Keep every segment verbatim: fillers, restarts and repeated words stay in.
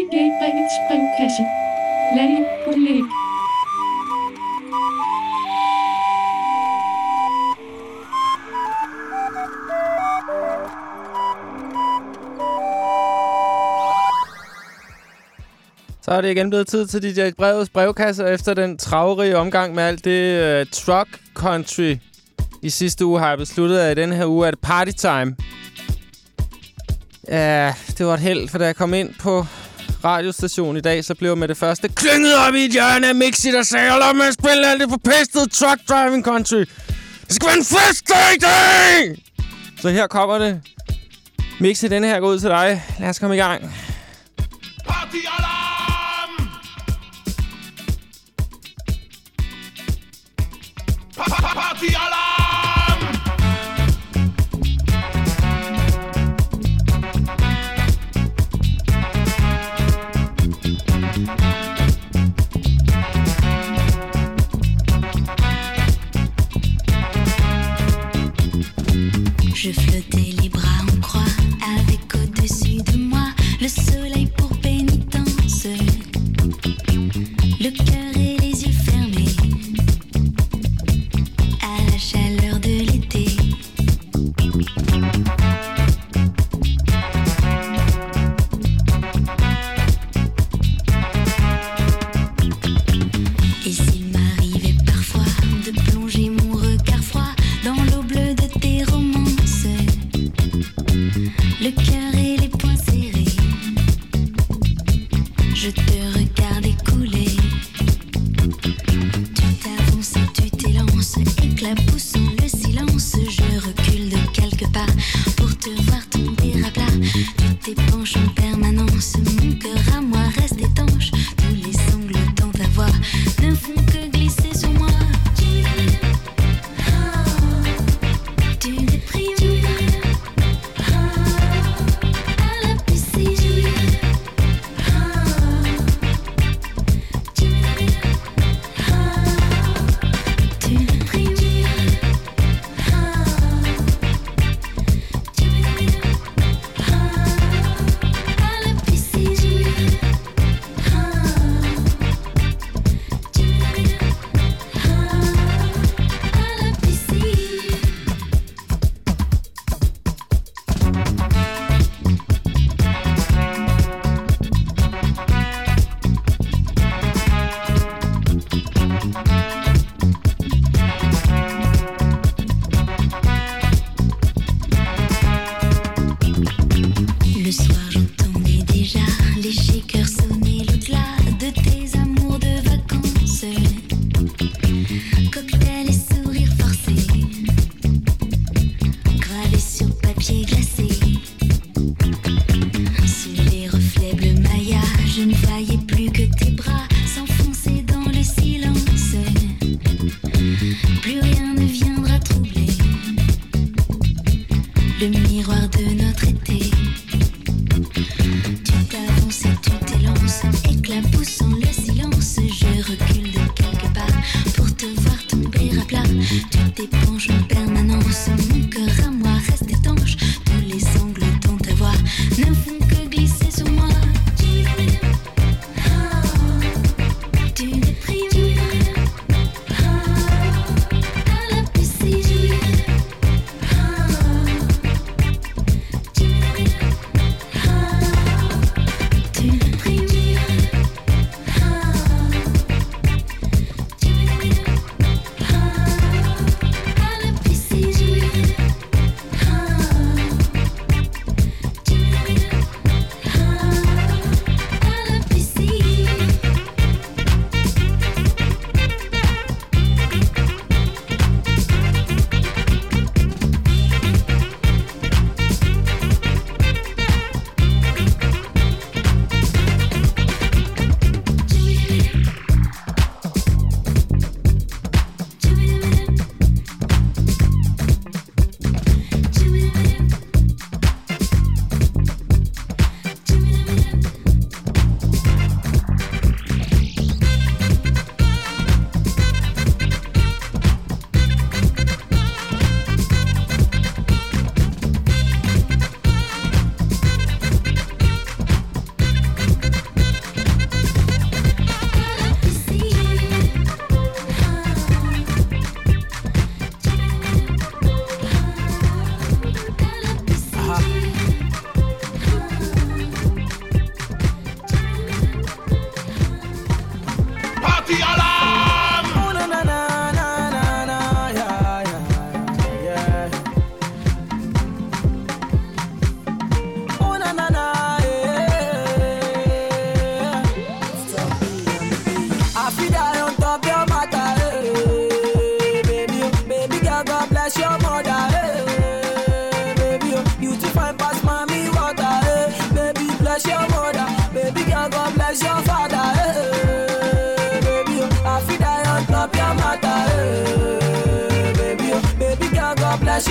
D J-brevets brevkasse. Lally Bullet. Så er det igen blevet tid til D J Brevets brevkasse, efter den travrige omgang med alt det uh, truck country. I sidste uge har jeg besluttet, at i denne her uge er det party time. Ja, det var et held, for da jeg kom ind på radiostationen i dag, så blev jeg med det første klynget op i et hjørne af Mixi, der sagde, lad mig spille alt det forpestede truck driving country. Det skal være en festdag i dag! Så her kommer det. Mixi, denne her går ud til dig. Lad os komme i gang. Party-alarm! Party-alarm! Je flottais les bras en croix avec au-dessus de moi le soleil pour pénitence, le cœur et les yeux fermés à la chaleur de l'été. Et s'il m'arrivait parfois de plonger mon regard froid dans l'eau bleue de tes romances, le cœur et les poings serrés, je te regardais couler. Tu t'avances et tu t'élances, éclaboussant le silence. Je recule de quelques pas pour te voir tomber à plat. Tu t'épanches en permanence, mon cœur à moi reste étanche. Tous les sanglots dans ta voix ne font que glisser sur moi. Tu déprimes à la piscine. Tu déprimes à la piscine. Le soir j'entendais déjà les shakers sonner le glas de tes amours de vacances. Cocktail et sourire forcé, gravés sur papier glacé. Sous les reflets bleu Maya, je ne voyais plus que tes bras s'enfoncer dans le silence. Plus rien ne viendra troubler le miroir de notre été. Tu t'avances et tu t'élances, éclaboussant le silence. Je recule de quelques pas pour te voir tomber à plat. Tu t'épanches en permanence, mon cœur à moi reste étanche. Tous les sanglots dans ta voix ne font que glisser sur moi. Tu déprimes à la piscine.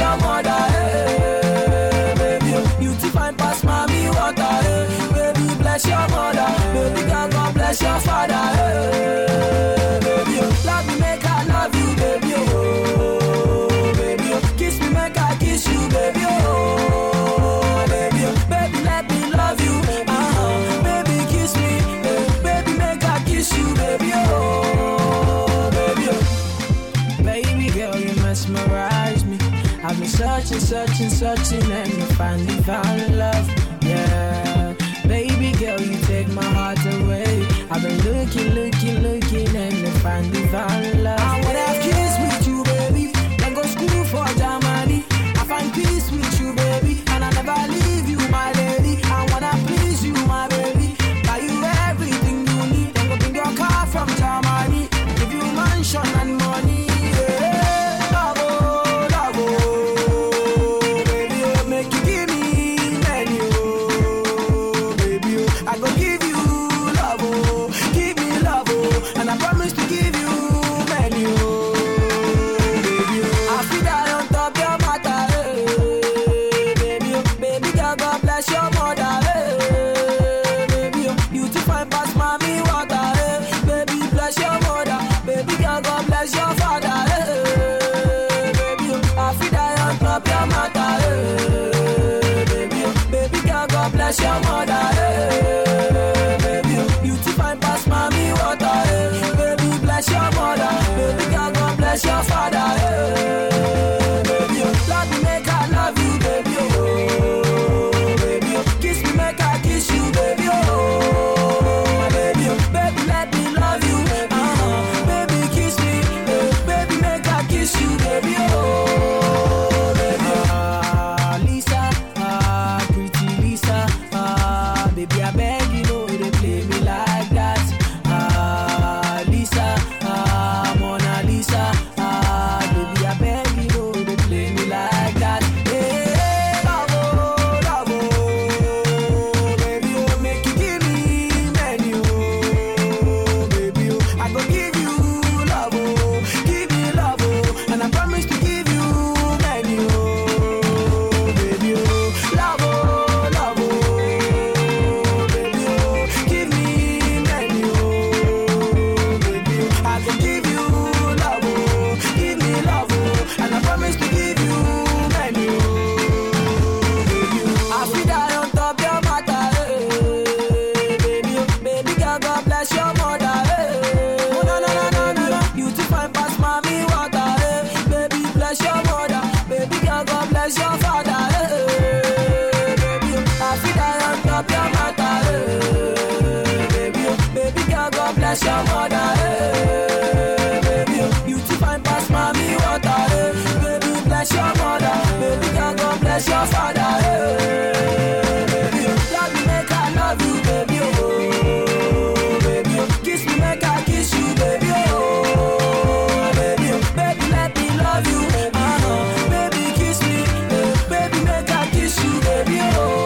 your mother, hey, baby. You to find past mommy water, hey, baby. Bless your mother, baby. God, God bless your father, hey, baby. Love me, make I love you, baby. Oh, baby. Kiss me, make I kiss you, baby. Oh, baby. Baby, let me love you, uh-huh. Baby, kiss me, hey, baby, make I kiss you, baby. Oh, baby. Baby girl, you mesmerize me. I've been searching, searching, searching, and finally found love, yeah. Baby girl, you take my heart away. I've been looking, looking, looking, and finally found love. I wanna have kids with you, baby. Then go school for Germany. I find peace with you, baby, and I never leave you, my lady. I wanna please you, my baby. Buy you everything you need. Then go bring your car from Germany. Give you mansion and money. Bless your mother, hey, baby. You to find past mommy water, hey, baby. Bless your mother, baby. God, God bless your father, hey, baby. Love me, make I love you, baby. Oh, baby. Kiss me, make I kiss you, baby. Oh, baby. Baby, let me love you, uh-huh. Baby, kiss me, hey, baby, make I kiss you, baby. Oh, baby. Ah, Lisa, ah, pretty Lisa. Baby, I beg you, know they play me like that. Ah, Lisa, ah, Mona Lisa. Ah, baby, I beg you, know they play me like that. Hey, love, oh, love, oh, baby, oh, make you give me menu, oh, baby, oh, I go give you love, oh, give me love, oh, and I promise to give you menu, oh, baby, oh, love, oh, love, oh. Bless your mother, hey, baby. You to find past mommy water, hey, baby. Bless your mother, baby. God, God bless your father, hey, baby. Love me, make I love you, baby. Oh, baby. Kiss me, make I kiss you, baby. Oh, baby. Baby, let me love you, uh-huh. Baby, kiss me, hey, baby, make I kiss you, baby. Oh.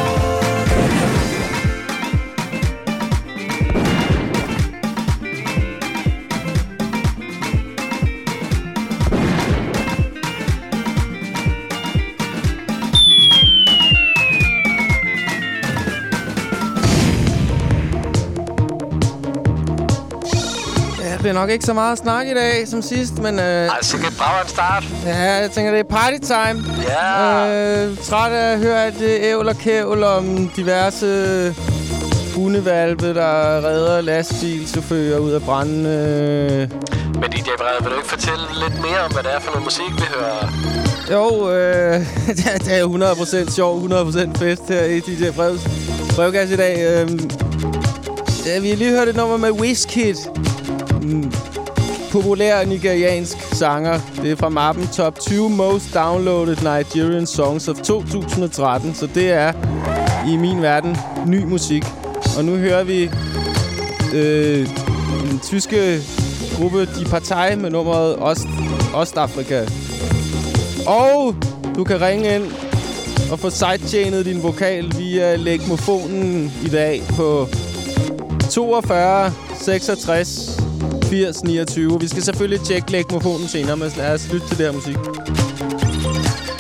Det bliver nok ikke så meget snak i dag som sidst, men... Øh, Ej, sikkert brav en start. Ja, jeg tænker, det er party time. Ja. Øh, træt af at høre alt det ævl og kævl om diverse hundevalpe, der redder lastbilchauffører ud af brændende. Men D J Brede, vil du ikke fortælle lidt mere om, hvad det er for noget musik, vi hører? Jo, øh, det er hundrede procent sjov, hundrede procent fest her i D J Bredes brevkasse i dag. Øh, ja, vi har lige hørt et nummer med Wizkid. Mm, populær nigeriansk sanger. Det er fra mappen Top tyve Most Downloaded Nigerian Songs of to tusind og tretten. Så det er i min verden ny musik. Og nu hører vi øh, den tyske gruppe Die Partei med nummeret Ost, Ostafrika. Og du kan ringe ind og få sidechainet din vokal via legmofonen i dag på toogfyrre seksogtres firs niogtyve. Vi skal selvfølgelig tjekke legmofonen senere, men lad os lytte til det her musik.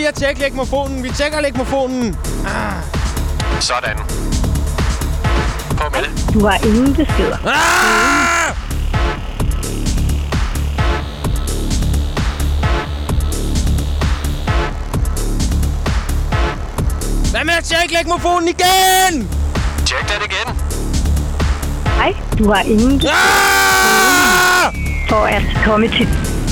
lige at tjekke legmofonen. Vi tjekker legmofonen. Ah. Sådan. På med det. Du har ingen beskeder. Ah! Hvad med at tjekke legmofonen igen? Tjek den igen. Hej, du har ingen beskeder. Ah! For at komme til...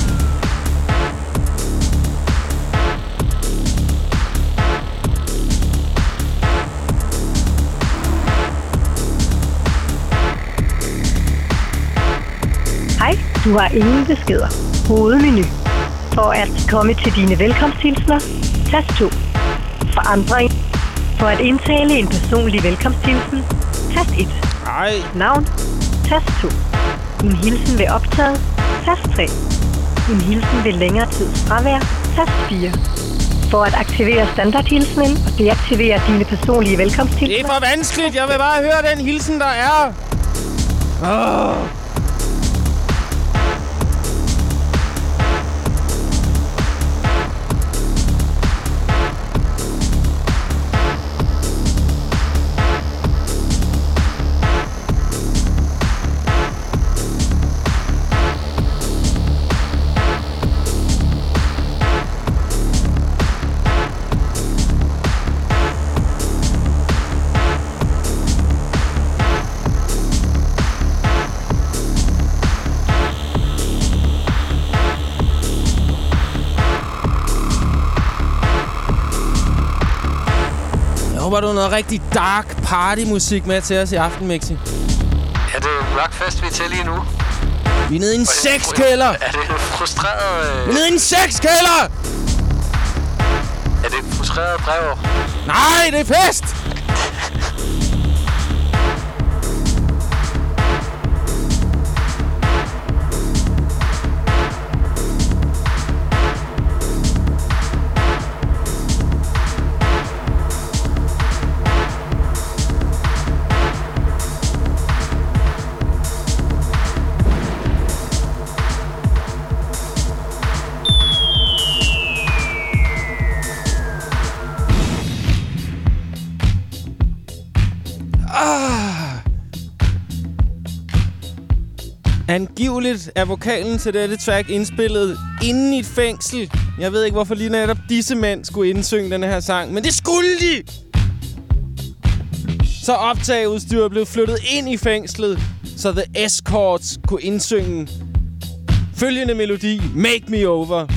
Hej, du har ingen beskeder. Hovedmenu. For at komme til dine velkomsthilsner, tast to. Forandring. For at indtale en personlig velkomsthilsen, tast et. Ej. Navn, tast to. En hilsen ved optaget, tast tre. En hilsen ved længere tids fravær, tast fire. For at aktivere standardhilsenen og deaktivere dine personlige velkomsthilsner. Det er for vanskeligt. Jeg vil bare høre den hilsen, der er. Åh. Håber du noget rigtig dark partymusik med til os i aften, Mixi? Er det en mørk fest, vi er til lige nu? Vi er nede i en sexkælder! Er det en frustreret... Øh... Vi er nede i en sexkælder! Er det en frustreret brev? Nej, det er fest! Angiveligt er vokalen til dette track indspillet inden i et fængsel. Jeg ved ikke, hvorfor lige netop disse mænd skulle indsynge denne her sang, men det skulle de! Så optageudstyret blev flyttet ind i fængslet, så The Escorts kunne indsynge følgende melodi, Make Me Over.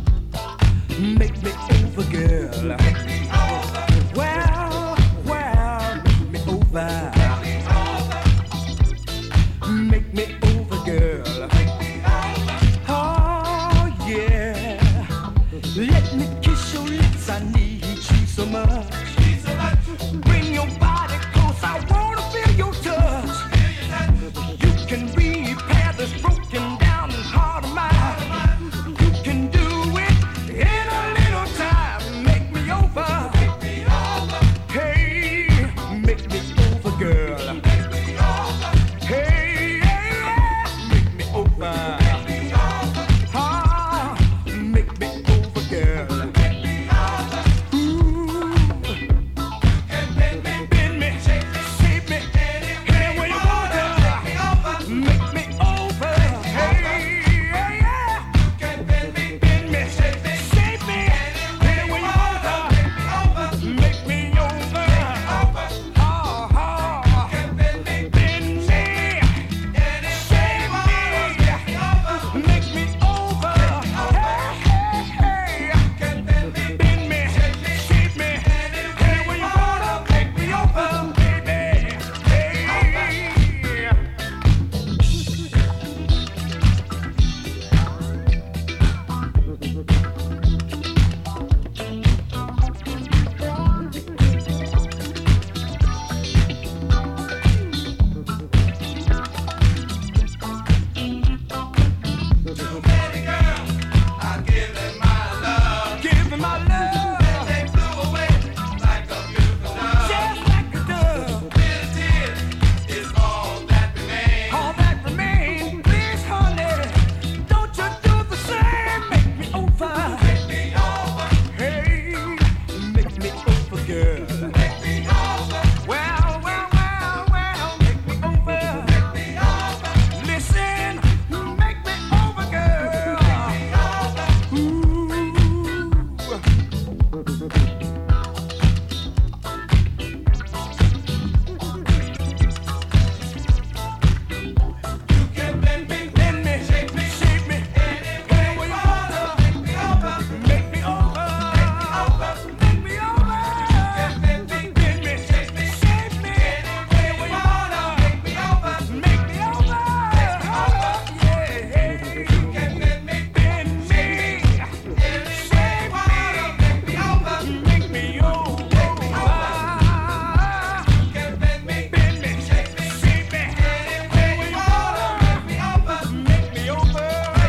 Make me over, girl. Make me over. Well, well. make me over, girl. Oh yeah, let me kiss your lips. I need you so much. Bring your body close. I wanna feel your touch. You can repair this broken down heart of mine. You can do it in a little time. Make me over. Hey, make me over, girl. Hey, yeah, make me over. Ah, make me over, girl. Ooh, bend me, shape me, anywhere you want to. Make me over. Hey, yeah, yeah. Bend me, shape me, anywhere you want to. Make me over. Ah, ah. Bend me, shape me, make me over. Hey, hey, hey. Bend me, shape me, anywhere you wanna. Make me over, baby. Hey. Give him my love. They flew away like a beautiful dove. Just like a dove. Little tears is all that remains. All that remains. Please, honey, don't you do the same. Make me over. Make me over. Hey, make me over, girl. Make me over. Well, well, well, well, make me over. Make me over. Listen, make me over, girl. Make me over. Ooh. You can bend me, bend me, shape me, shape me, anywhere you wanna. Make me over, make me over, make me over. You can bend me, bend me, shape me, shape me, anywhere you wanna. Make me over, make me over, yeah. You can bend me, bend me, shape me, make me over, make me over. You can bend me, bend me, shape me, shape me, anywhere you wanna. Make me over, make me over,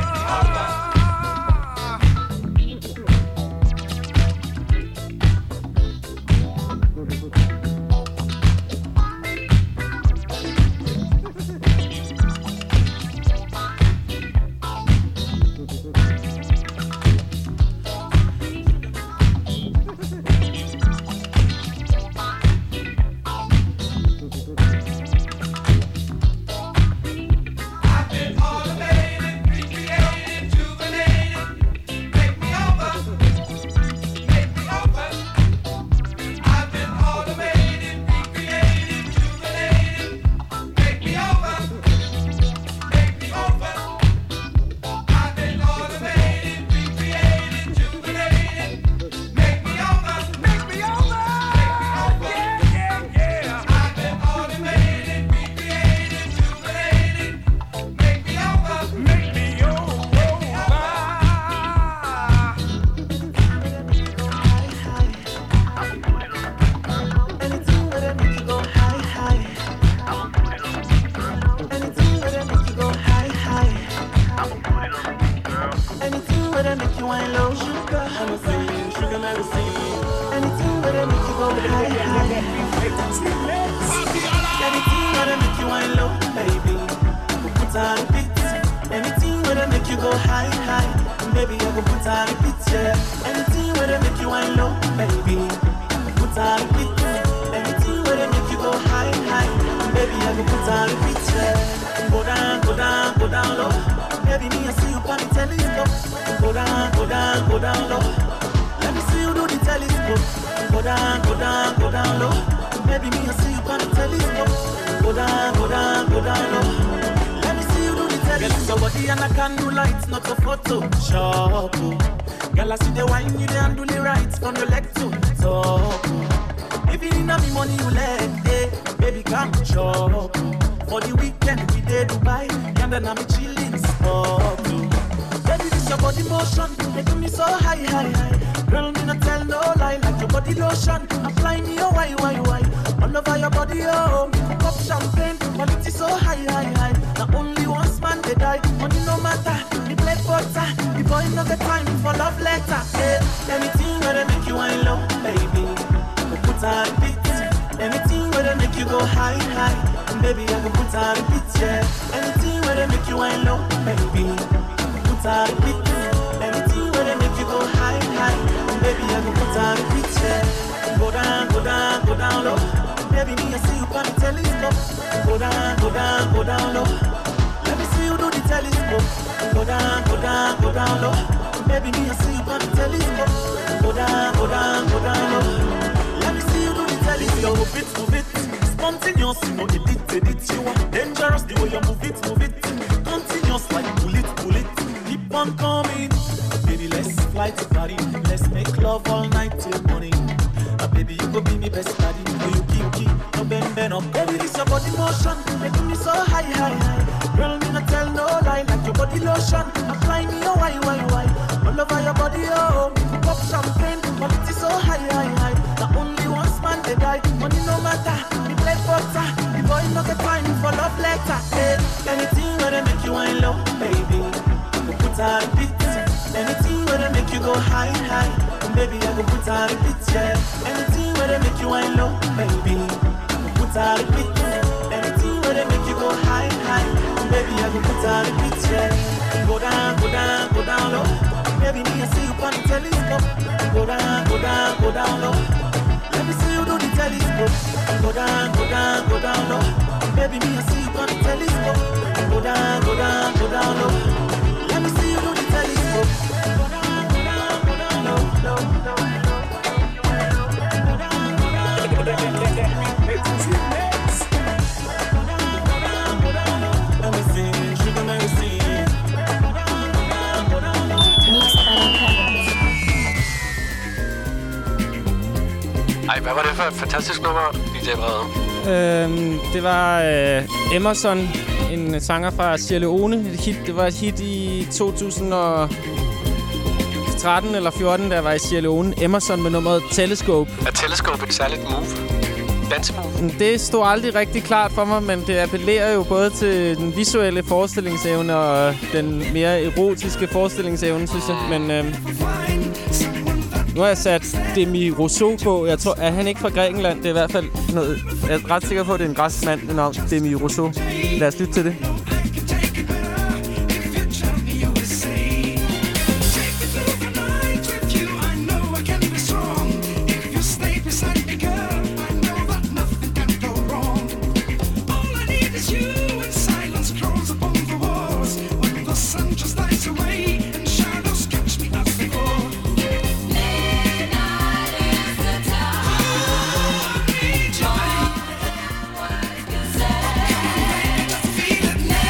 I've been automated, recreated, juvenated. Make me over, make me over. I've been automated, recreated, juvenated. Make me over, make me over. I've been automated, recreated, juvenated. Make me over, make me over, make me over. Yeah, yeah, yeah. I've been automated, recreated, juvenated. Make me over, make me over. Anything where they make you go high, high. Anything where they make you go high, high. Anything where they make you wine low, sugar. I'm a singing, sugar medicine. Anything where they make you go high, high. Anything where they make you wine low, baby. I go put on a beat. Anything where they make you go high, high. Baby, I go put on a beat, yeah. Anything where they make you wine low, baby. I go put on a beat. Anything where they make you go high, high. Baby, I go put on a beat, yeah. Go down, go down, go down low. Baby, me, I see you on the telescope. Go down, go down, go down low. Let me see you do the telescope. Go down, go down, go down low. Baby, me, I see you on the telescope. Go down, go down, go down low. Let me see you do the telescope. Girl, somebody and I can do lights, not a photo. Shop. Girl, I see the wine, you dey handle it right from your leg to top. If you need me money, you let it. Baby, come chop. for the weekend we dey Dubai, and then I'm chilling spot too. Baby, this your body motion, making me so high, high, high. Girl, me not tell no lie, like your body lotion. Apply me, oh, why, why, why? All over your body, oh, me pop champagne, quality so high, high, high. Now only once man they die, money no matter. Me play butter, the boy no get time for love letter. Yeah, anything where they make you wine low, baby, we put her in beat. Anything where they make you go high, high, and baby I go put her in beat. Yeah, anything where they make you wine low, baby, we put her in beat. Anything where they make you go high, high, and baby I go put her in beat. Yeah, go down, go down, go down low. Baby, me I see you on the telescope. Go down, go down, go down low. Let me see you do the telescope. Go down, go down, go down low. Baby, me I see you on the telescope. Go down, go down, go down low. Let me see you do the telescope. Move it, move it. Spontaneous, you know edit, edit. You are dangerous the way you move it, move it. Continuous like bullet, bullet. Keep on coming. Baby, let's fly to Paris. Let's make love all night till morning. Uh, baby, you go be me best buddy. Oh, you keep, keep, no bend, bend up. Baby, this your body motion, making me so high, high, high. Girl, me not tell no lie, like your body lotion. Apply me, oh, why, why, why? All over your body, oh, me pop champagne, quality so high, high, high. Now only once man they die, money no matter. Me play butter, the boy no get time for love letter. Hey, anything where they make you wine low, baby, we put her in beat. Anything where they make you go high, high. Baby, I go put her in beat, yeah. Anything where they make you wine low, baby, I put her in beat. Anything where they make you go high, high. Baby, I go put her in beat, yeah. Go down, go down, go down low. Baby, me I see you on the telescope. Go down, go down, go down low. Let me see you do the telescope. Go down, go down, go down low. Baby, me I see you on the telescope. Go down, go down, go down low. Let me see you do the telescope. Go down, go down, go down low, low, low. Ej, hvad var det for et fantastisk nummer, D J Brede? Øhm, det var øh, Emerson, en sanger fra Sierra Leone. Et hit, det var et hit i to tusind og tretten eller fjorten, der var i Sierra Leone. Emerson med nummeret Telescope. Er Telescope et særligt move? Dansemove? Det stod aldrig rigtig klart for mig, men det appellerer jo både til den visuelle forestillingsevne og den mere erotiske forestillingsevne, synes jeg. Men øhm, nu har jeg sat Demi Rousseau på. Jeg tror, er han ikke fra Grækenland? Det er i hvert fald noget... Jeg er ret sikker på, at det er en græsk mand, ved navn Demi Rousseau. Lad os lytte til det. Feel it now.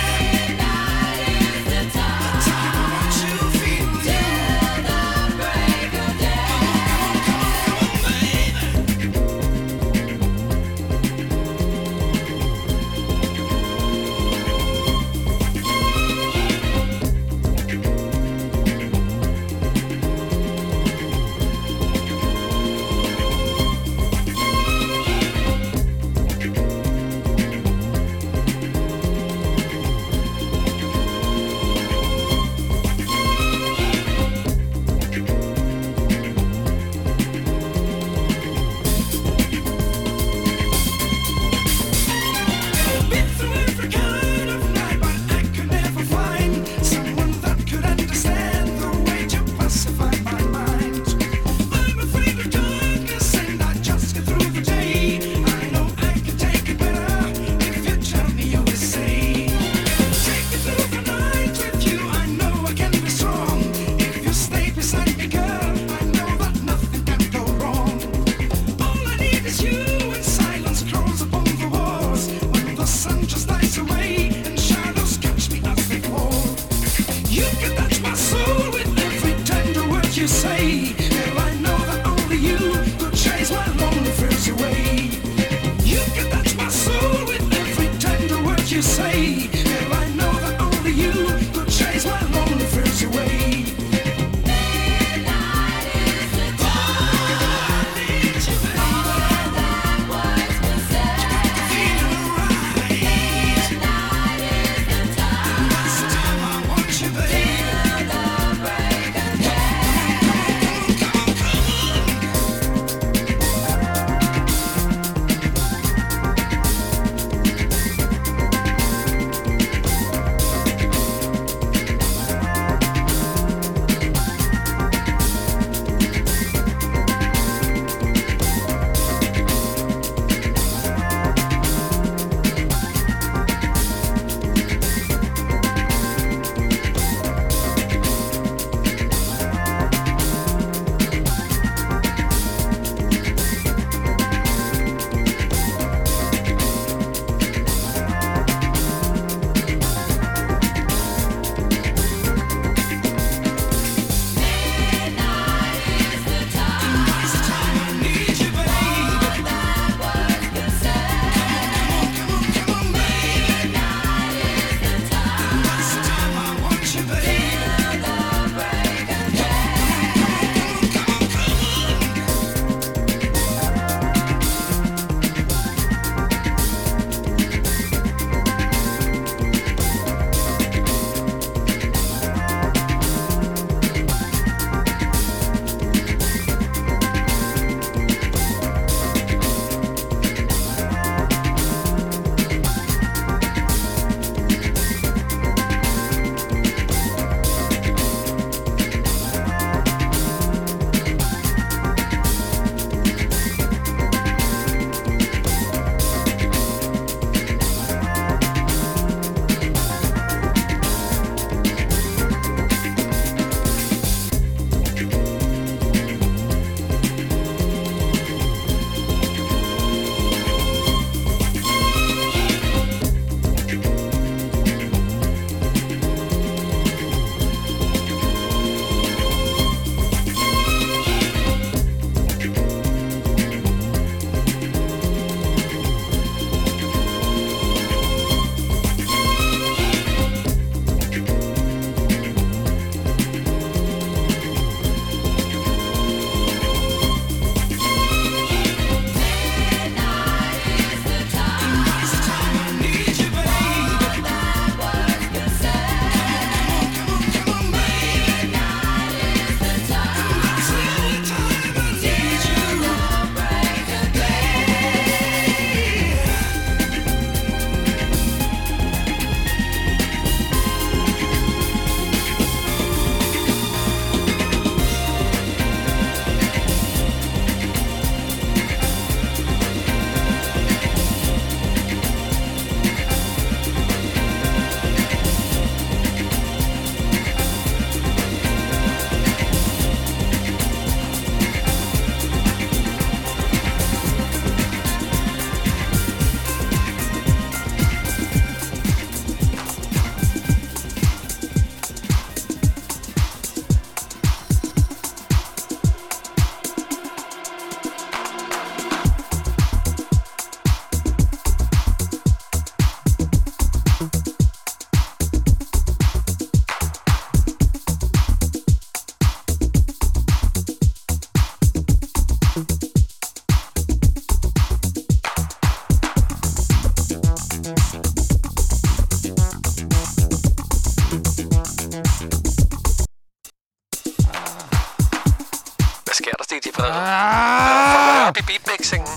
Ah! Op i beatmixingen.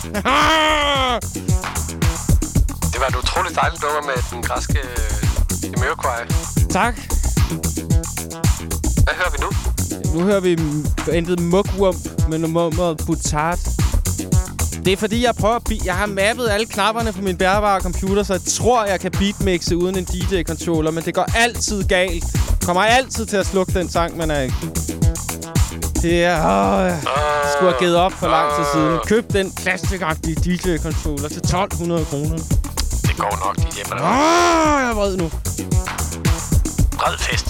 Det var et utroligt dejligt nummer med den græske Jamiroquai. Tak. Hvad hører vi nu? Nu hører vi bandet Mugwump med nummeret Butard. Det er fordi, jeg prøver at bi- Jeg har mappet alle knapperne på min bærbare computer, så jeg tror, jeg kan beatmixe uden en D J-controller, men det går altid galt. Kommer altid til at slukke den sang, man er... Det er... Åh, jeg skulle have givet op for lang tid siden. Køb den plastikagtige D J-controller til tolv hundrede kroner. Det går nok, D J. Åh, jeg er vred nu. Bred fest.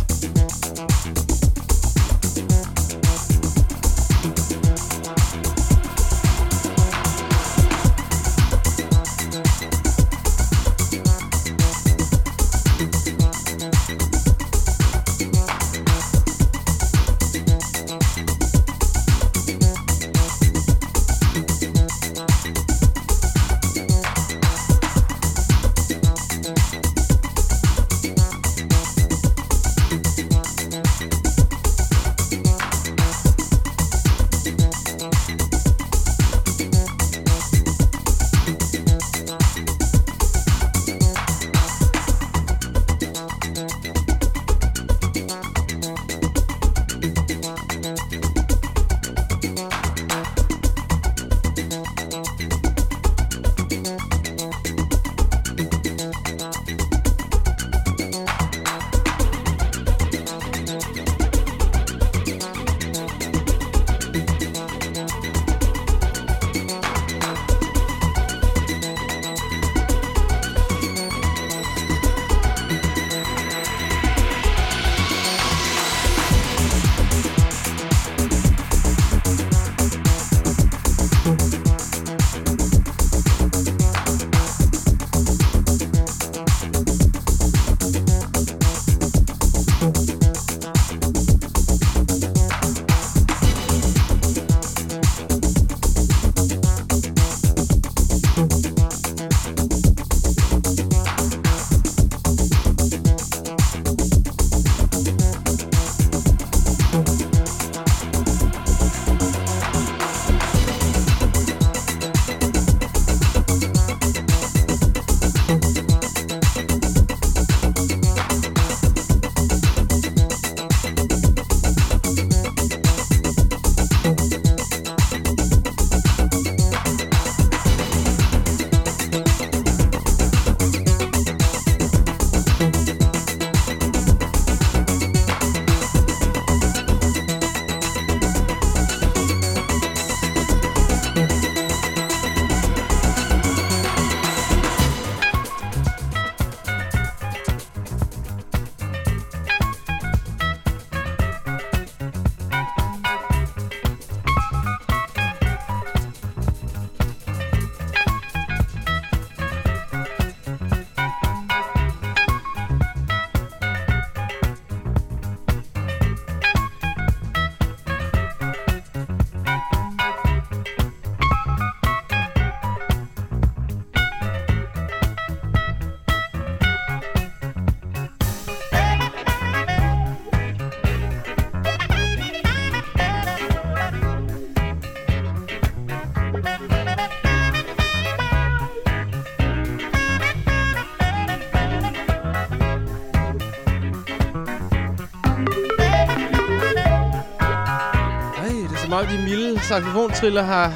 som om de milde saxofontriller har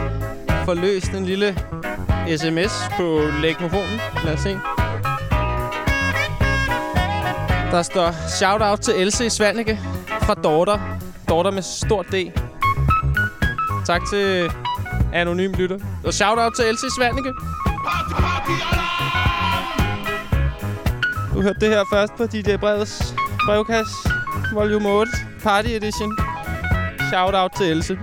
forløst en lille sms på lægmofonen. Lad os se. Der står shout-out til Else Svanike fra Dorter. Dorter med stort D. Tak til anonym lytter. Og shout-out til Else Svanike. Du hørte det her først på D J Breds brevkasse. Volume otte. Party Edition. Shout-out til Else.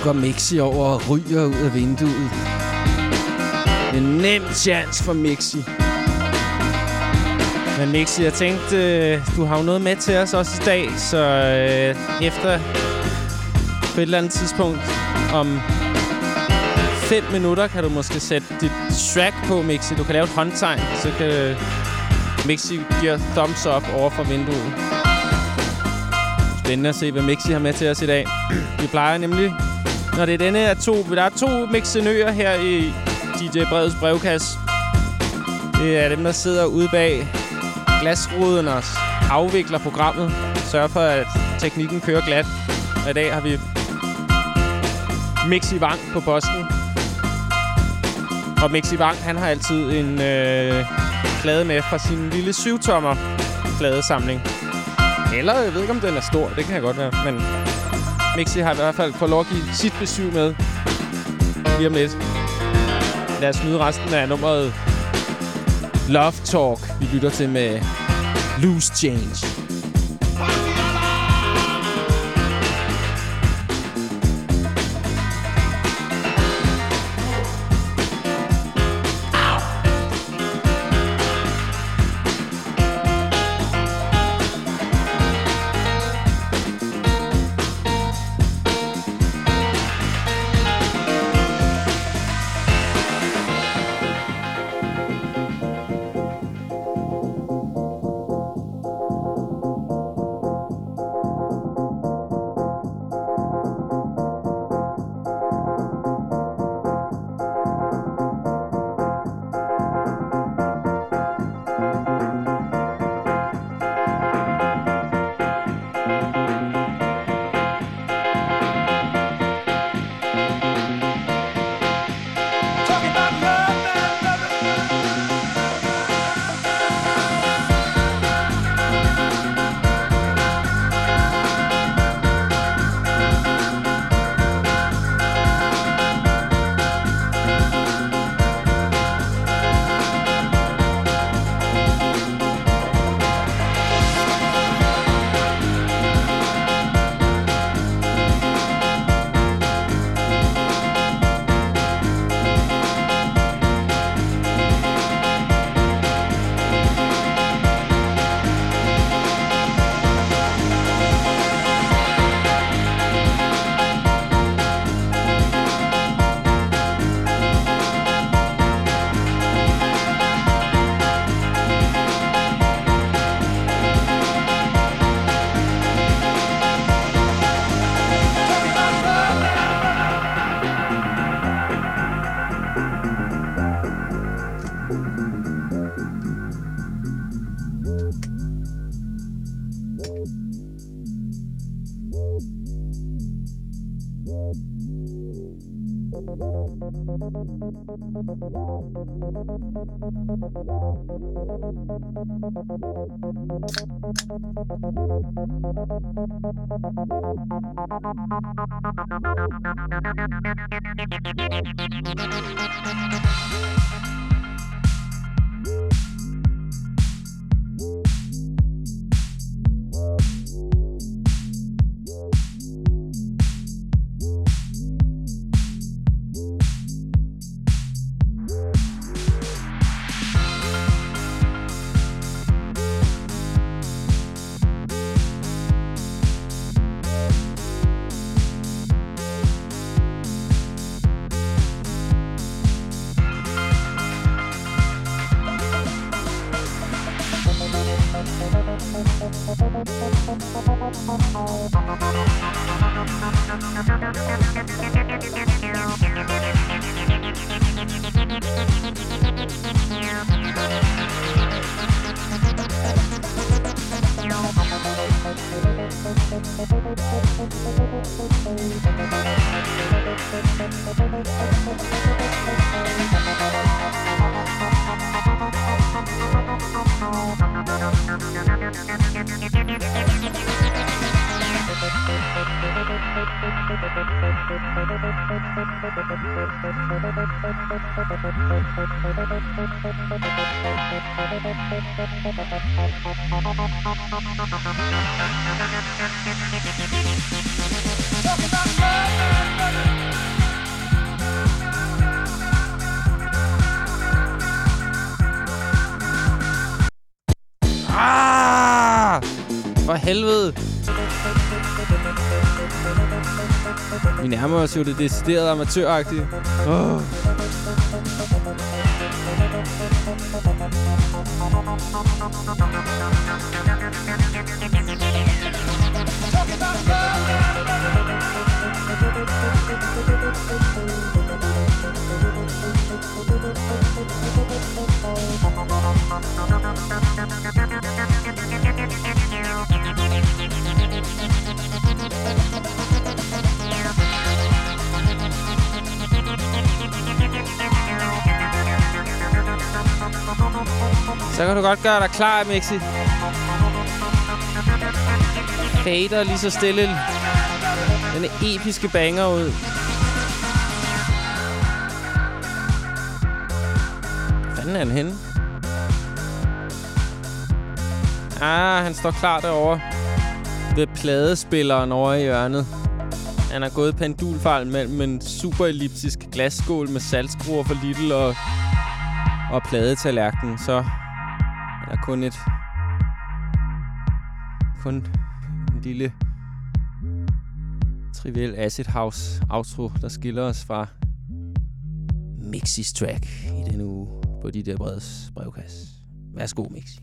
går Mixi over og ryger ud af vinduet. En nem chance for Mixi. Men Mixi, jeg tænkte, øh, du har jo noget med til os også i dag, så øh, efter på et eller andet tidspunkt om fem minutter kan du måske sætte dit track på, Mixi. Du kan lave et håndtegn, så kan Mixi give thumbs up over for vinduet. Spændende at se, hvad Mixi har med til os i dag. Vi plejer nemlig, når det er denne af to... Der er to mixenøer her i D J Breds brevkasse. Det er dem, der sidder ude bag glasruden og afvikler programmet. Sørger for, at teknikken kører glat. Og i dag har vi Mixi Wang på posten. Og Mixi Wang, han har altid en øh, plade med fra sin lille syv-tommer pladesamling. Eller jeg ved ikke, om den er stor. Det kan jeg godt være. Men Mixi har i hvert fald fået lov at give sit besøg med lige om lidt. Lad os nyde resten af nummeret Love Talk, vi lytter til med Loose Change. Ah! For helvede. Vi nærmer os jo det deciderede amatøragtige. Oh. Så kan du godt gøre dig klar, Mixi. Fader lige så stille denne episke banger ud. Hvor fanden er han henne? Ah, han står klar derovre. Ved pladespilleren over i hjørnet. Han har gået pendulfejl mellem en super elliptisk glasskål med saltskruer for Lidl og, og pladetallerken. Så er der kun et... Kun en lille trivial acid house outro, der skiller os fra Mixis track i denne uge på de der breds brevkasse. Værsgo, Mixi.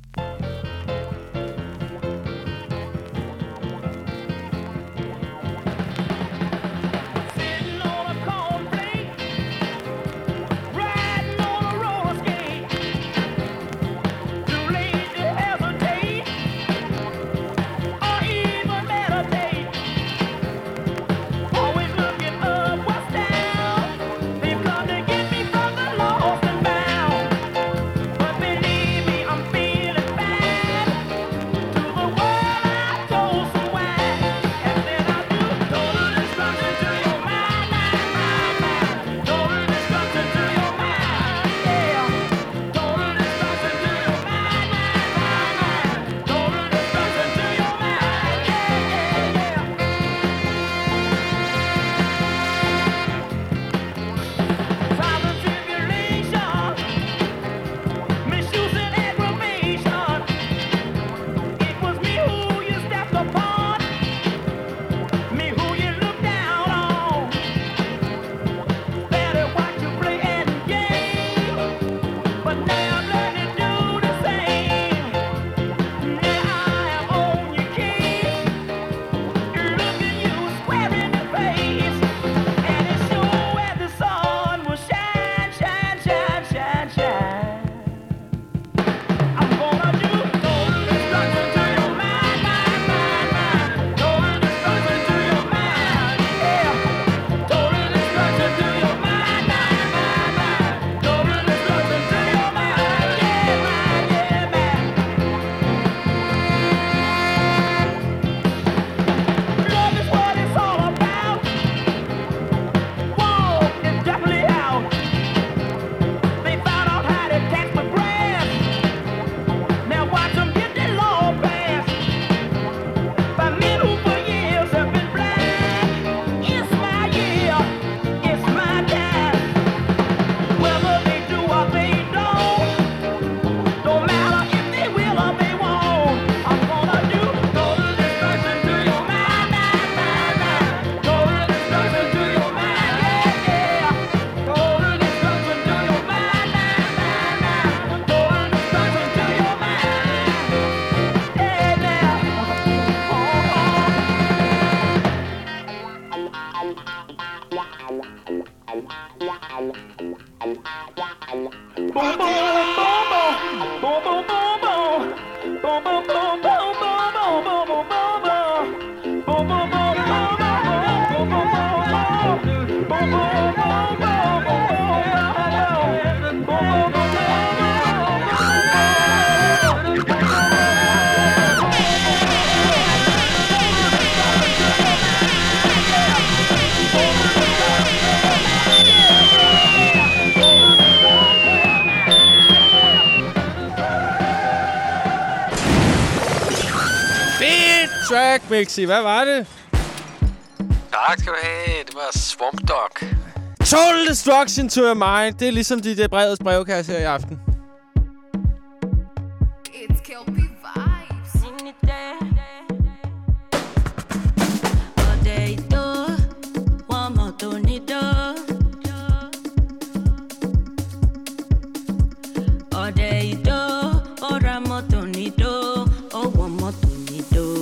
track, Mixi. Hvad var det? Tak skal du have. Det var Swamp Dog. Total Destruction to Your Mind. Det er ligesom de der brevets brevkasse her i aften. It's Kelpie vibes. Sing it there. Odeito, wamotonido. Odeito, oramotonido, oh wamotonido.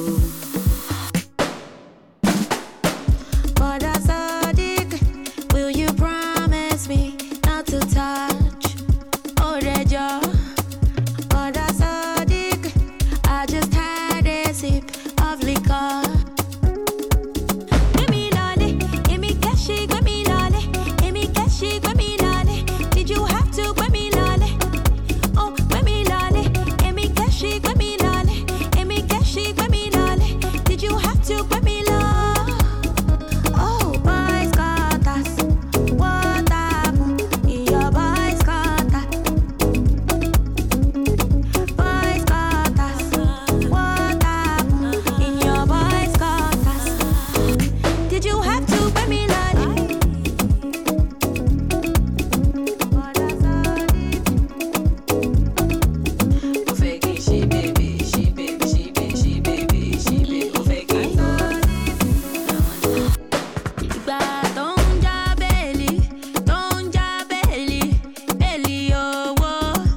But as a dick, will you promise me not to touch Odejo? But as a dick, I just had a sip of liquor. Give me lolly, give me cashy, give me lolly, give me cashy, give me lolly. Did you have to give me lolly? Oh, give me lolly, give me cashy, give me lolly, give me cashy, give me lolly. Did you have to give me lolly? Oh, boys got us. What happened? Your boys got us. Boys got us. What happened? In your boys got us. Did you have to give me lolly? What does I do? Oh, fake it, she baby, she baby, she baby, she baby, she baby. Oh, fake it. Ìgbà tó ń já bẹ́ẹ̀lì, tó ń já bẹ́ẹ̀lì, bẹ́ẹ̀lì owó.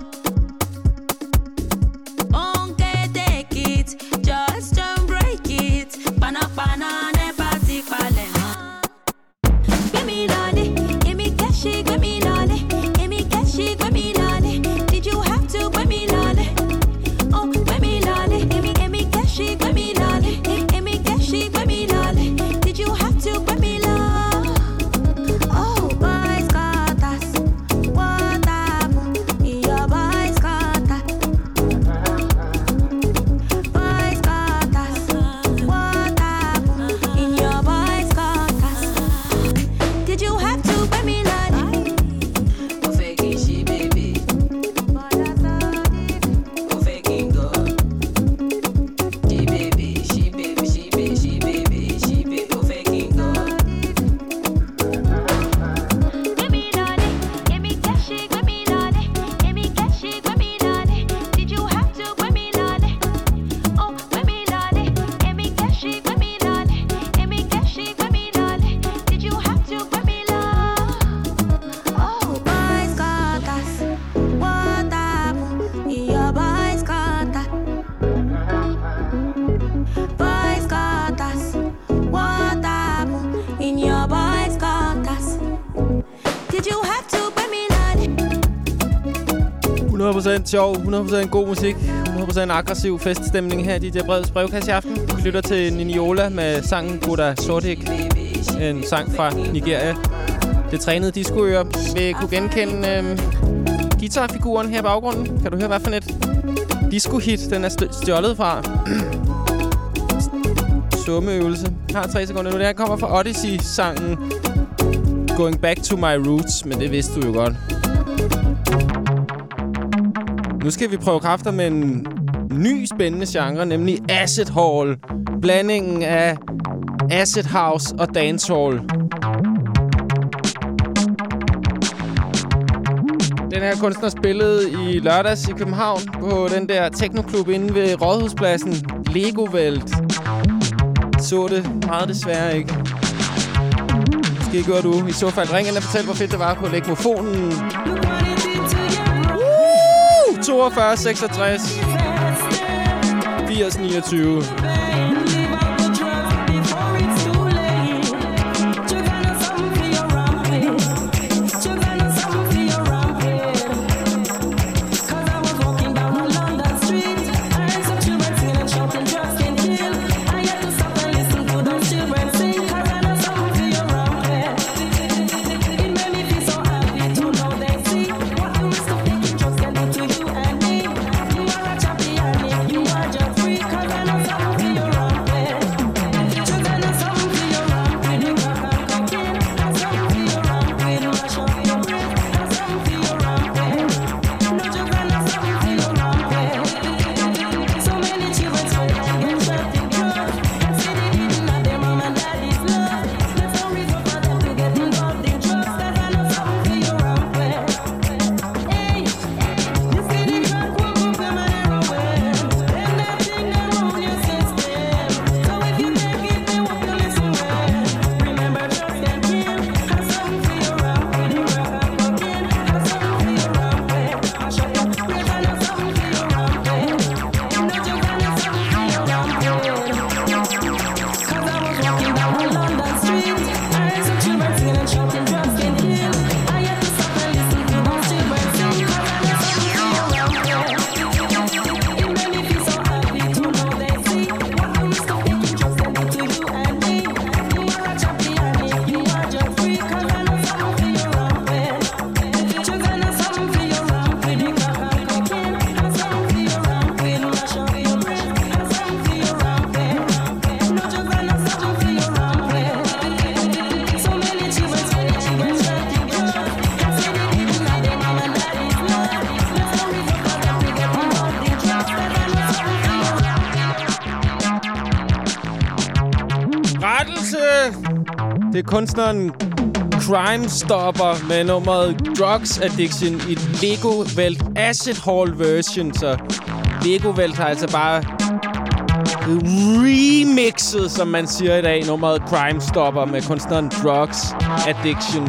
Onke take it, just don't break it. Panápaná nepa ti palẹ̀ mọ́. Give me lolly, give me cashy, give me lolly, give me cashy, give me lolly. Did you have to give me lolly? Oh, give me lolly, give me, give me cashy, give me lolly, give me cashy, give me lolly. Did you have to give me lolly? Oh, boys got us. What happened? Your boys got us. Boys got us. What happened? In your boys got us. Did you have to give me lolly? Oh, fake it, she baby. What does I do? Oh, fake it, go. She baby, she baby, she baby, she baby, she baby. Oh, fake it, go. Give me lolly, give me cashy, give me lolly, give me cashy, give me lolly. Did you have to give me lolly? Oh, give me lolly, give me cashy, give me lolly, give me cashy, give me lolly. Did you have to give me lolly? Oh, boys got us. What happened? Your boys got us. Boys got us. What happened? In your boys got us. Did you have to give me lolly? hundrede procent sjov, hundrede procent god musik, hundrede procent aggressiv feststemning her i D J Breds brevkasse i aften. Vi lytter til Niniola med sangen Buddha Sordik, en sang fra Nigeria. Det trænede discoører vil kunne genkende øhm, guitarfiguren her i baggrunden. Kan du høre, hvad for et disco-hit den er st- stjålet fra? Summeøvelse. Jeg har tre sekunder nu. Det her kommer fra Odyssey-sangen Going Back to My Roots, men det vidste du jo godt. Nu skal vi prøve kræfter med en ny spændende genre, nemlig Acid Hall. Blandingen af Acid House og Dancehall. Den her kunstner spillede i lørdags i København på den der technoklub inde ved Rådhuspladsen. Legovelt. Så det meget desværre ikke. Måske gjorde du. I så fald ring ind og fortæl, hvor fedt det var på legmofonen. Uh! toogfyrre seksogtres firs niogtyve. You are just free, 'cause I know some of you Det er kunstneren Crime Stopper med nummeret Drugs Addiction i Lego Welt Acid Hall version. Så Lego Welt har altså bare remixet, som man siger i dag, nummeret Crime Stopper med kunstneren Drugs Addiction.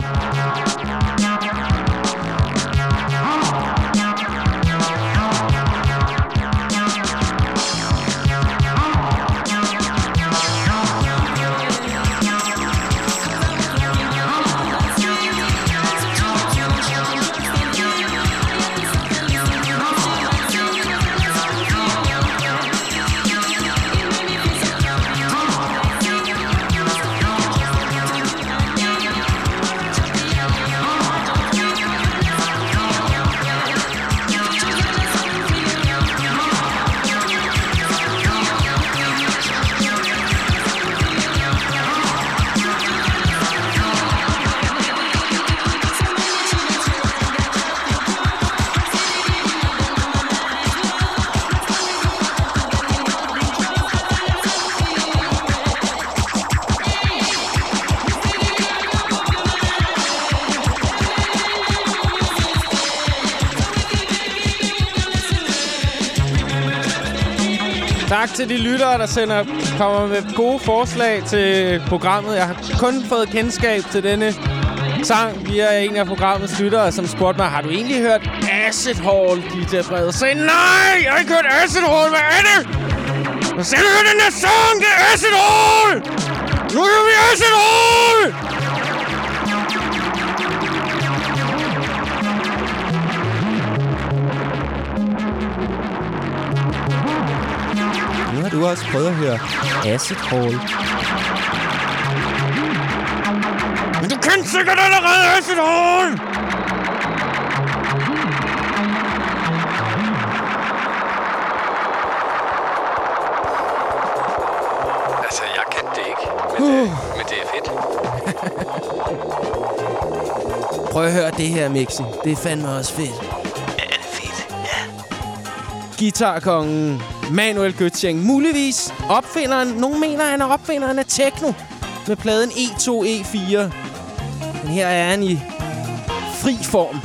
Tak til de lyttere, der sender, kommer med gode forslag til programmet. Jeg har kun fået kendskab til denne sang via en af programmets lyttere, som spurgte mig, har du egentlig hørt Acid Hall, D J Brede? Så sagde, nej, jeg har ikke hørt Acid Hall. Hvad er det? Jeg sagde, hør den der sang, det er Acid Hall! Nu hører vi Acid Hall! Nu har du også prøvet at høre Acid Hall. Men du kender sikkert allerede Acid Hall! Altså, jeg kendte det ikke, men, uh. øh, men det er fedt. Prøv at høre det her, Mixi. Det er fandme også fedt. Ja, det er fedt, ja. Guitarkongen Manuel Göttingen. Muligvis opfinderen. Nogle mener, han er opfinderen af techno. Med pladen E to E fire. Men her er han i fri form.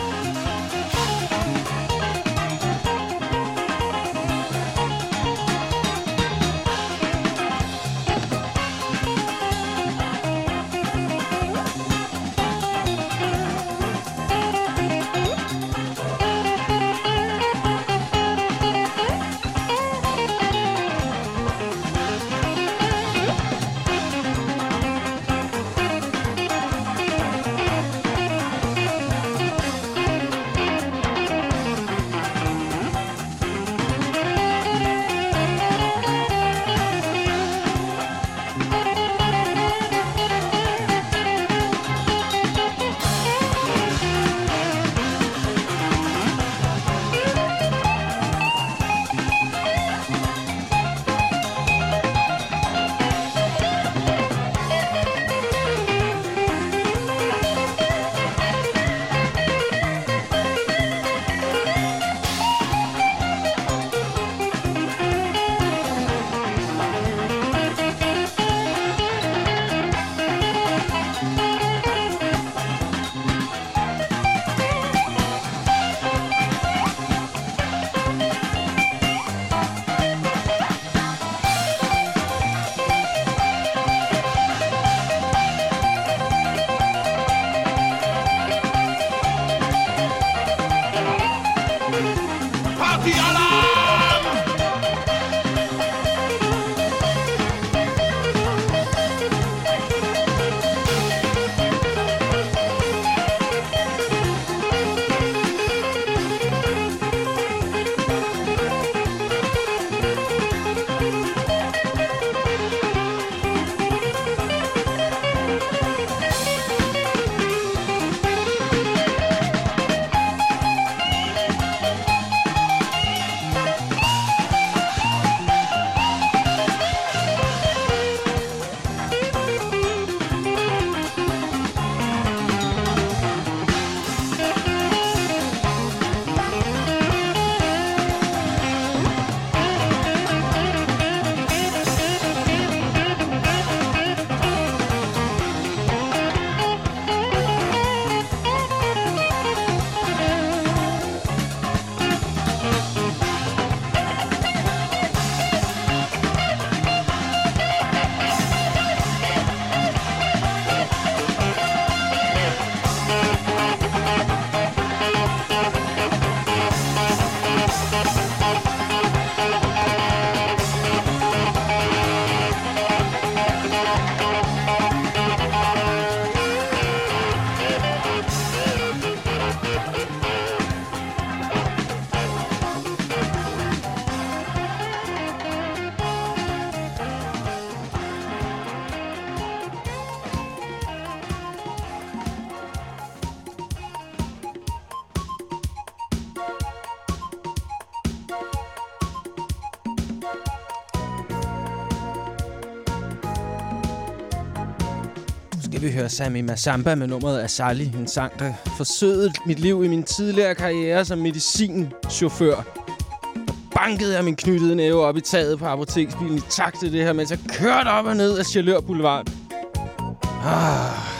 skal vi høre Sammy Masamba med nummeret Asali. En sang, der forsøgede mit liv i min tidligere karriere som medicinchauffør. Bankede jeg min knyttede næve op i taget på apoteksbilen i takt til det her, mens jeg kørte op og ned af Chalør Boulevard. Ah...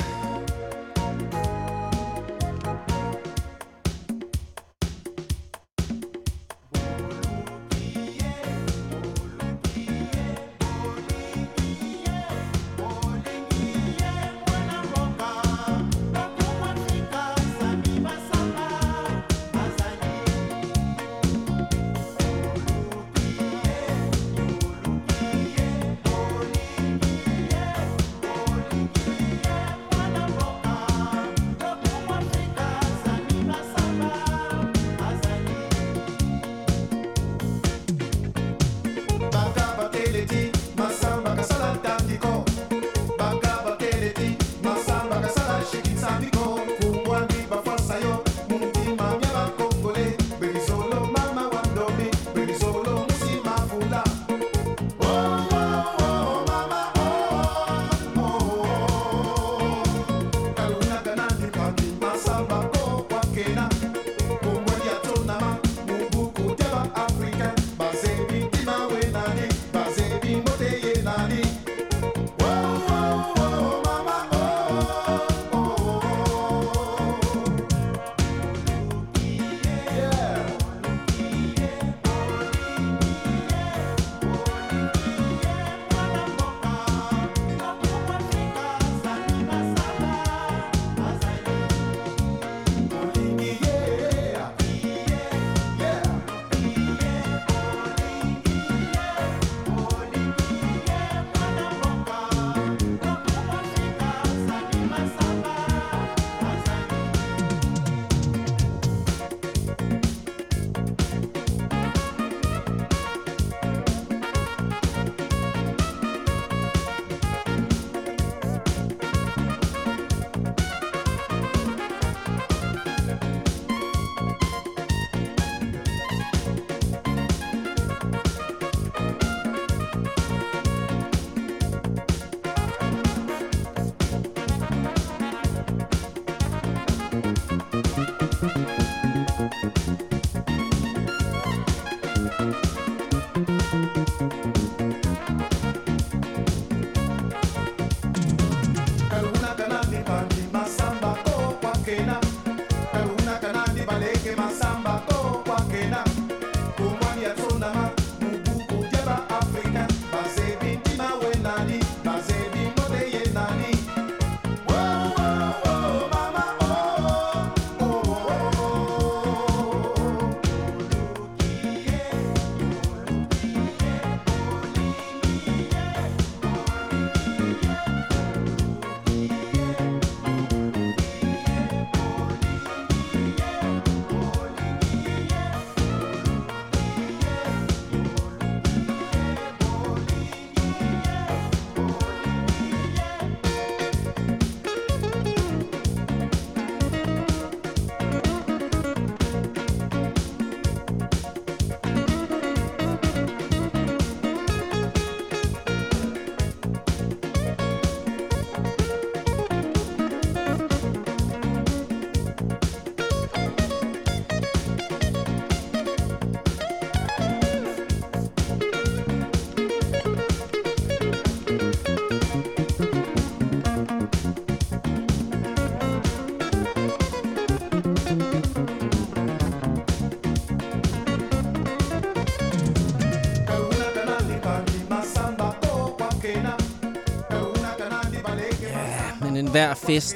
Hver fest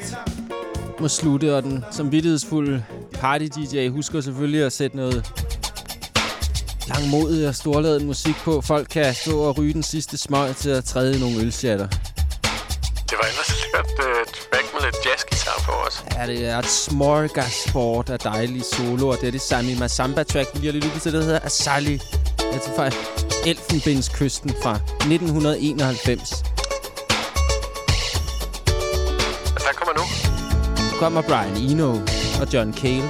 må slutte, og den samvittighedsfulde party-D J husker selvfølgelig at sætte noget langmodig og storladet musik på. Folk kan stå og ryge den sidste smøg til at træde i nogle ølsjatter. Det var ellers lidt uh, track med lidt jazzgitar på os. Ja, det er et smorgasbord af dejlige soloer. Det er det Sammy Masamba-track, vi lige har lidt ud til, der hedder Asali. Jeg tager fra Elfenbenskysten fra nitten enoghalvfems. Nu kommer Brian Eno og John Cale.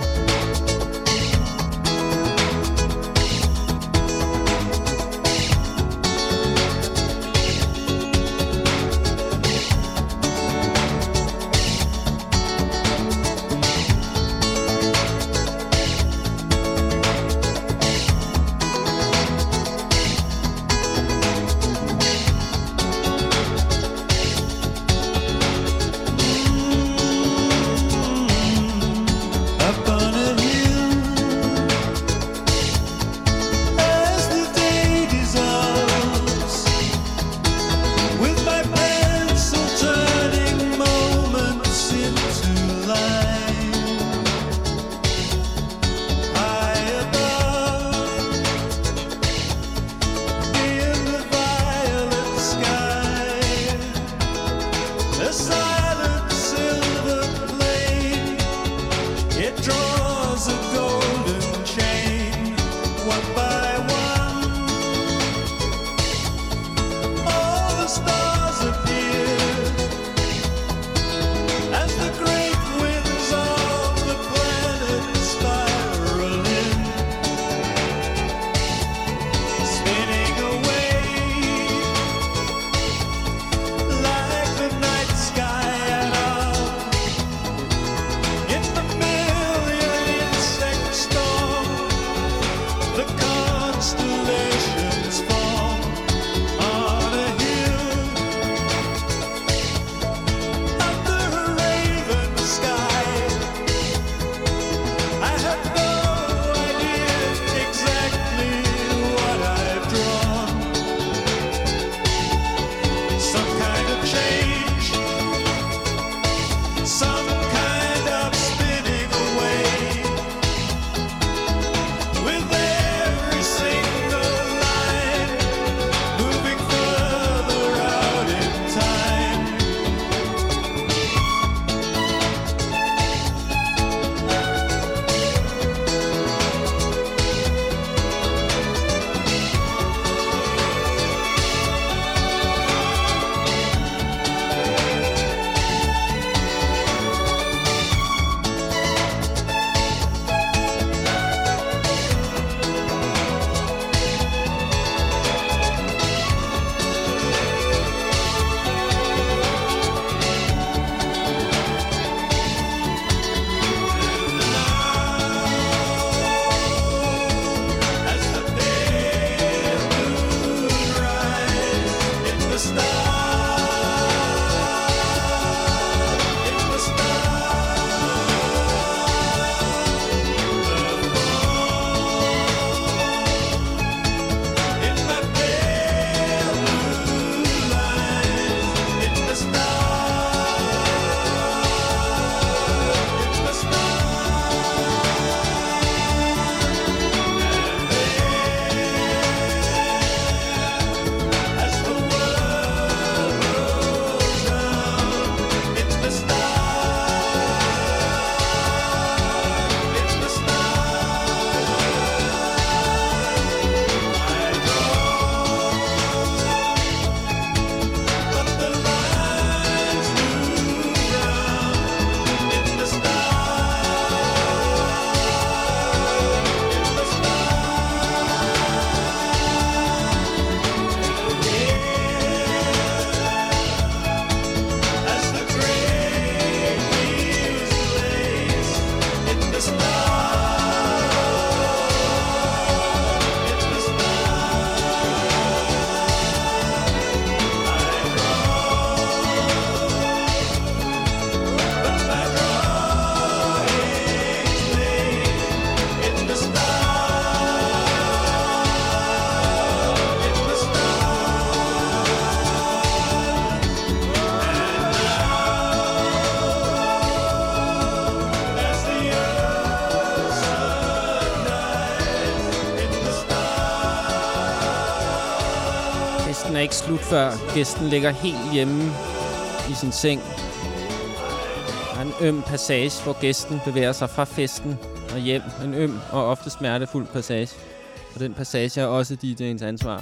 er ikke slut, før gæsten ligger helt hjemme i sin seng. Der er en øm passage, hvor gæsten bevæger sig fra festen og hjem. En øm og ofte smertefuld passage. Og den passage er også D J'ens ansvar.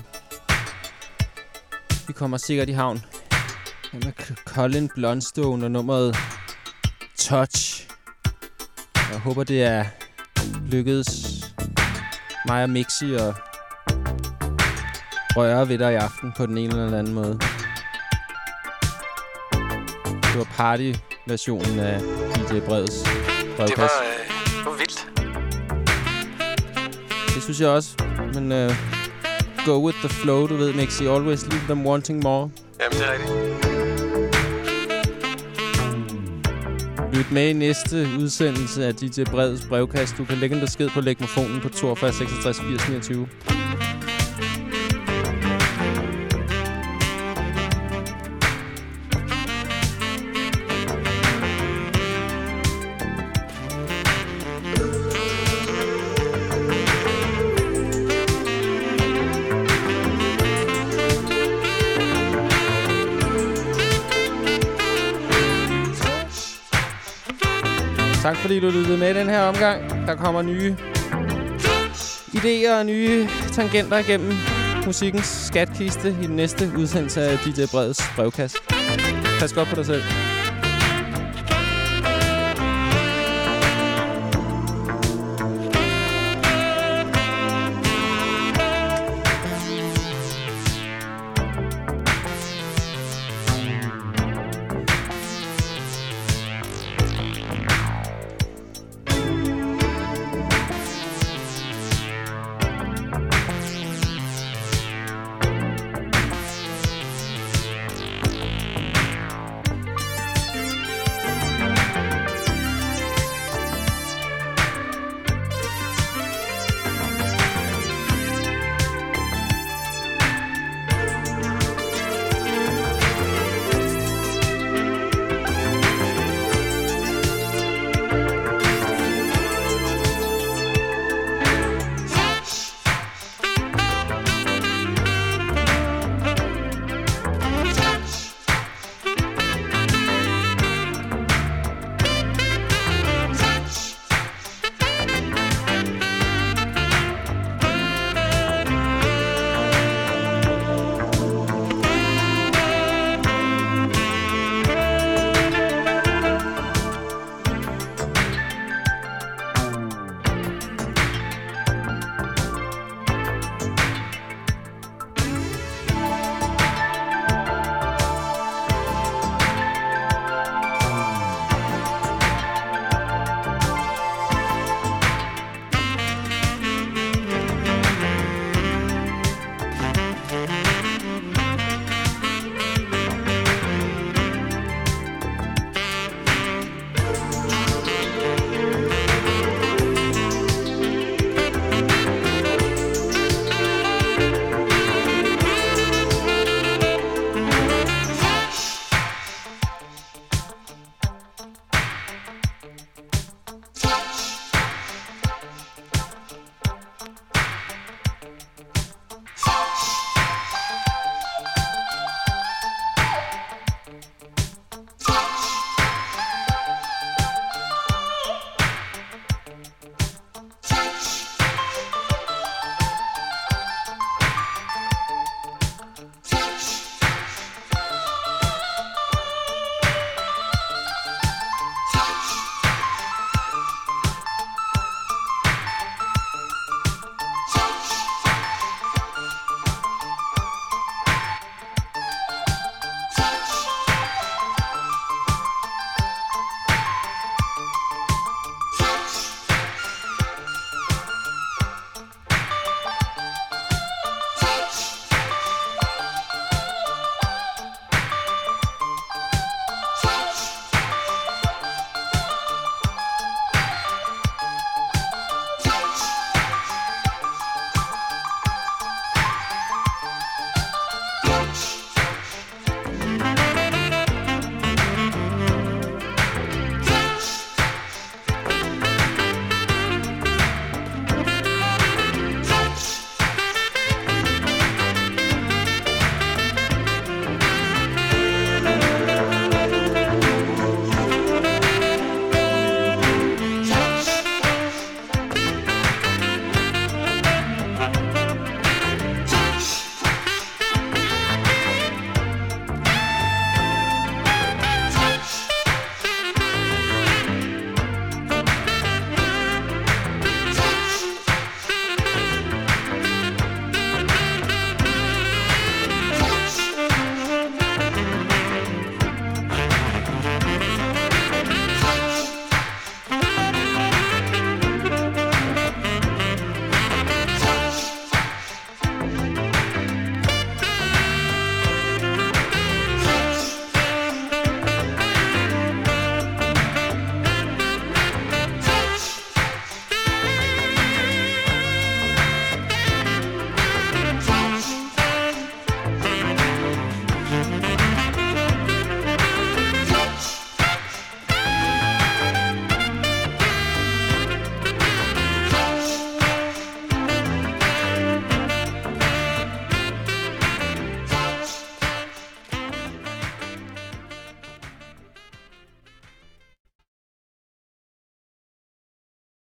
Vi kommer sikkert i havn. med Colin Blunstone og nummeret Touch. Jeg håber, det er lykkedes mig og Mixi at røre ved dig i aften på den ene eller anden måde. Det var party-versionen af D J Breds brevkasse. Det var, øh, det var vildt. Det synes jeg også. Men uh, go with the flow, du ved, Mixi. Always leave them wanting more. Jamen, det er rigtigt. Lyt med i næste udsendelse af D J Breds brevkasse. Du kan lægge en besked på legmofonen på toogfyrre seksogtres firs niogtyve. Tak fordi du lyttede med i den her omgang. Der kommer nye idéer og nye tangenter igennem musikkens skatkiste i den næste udsendelse af D J Breds brevkasse. Pas godt på dig selv.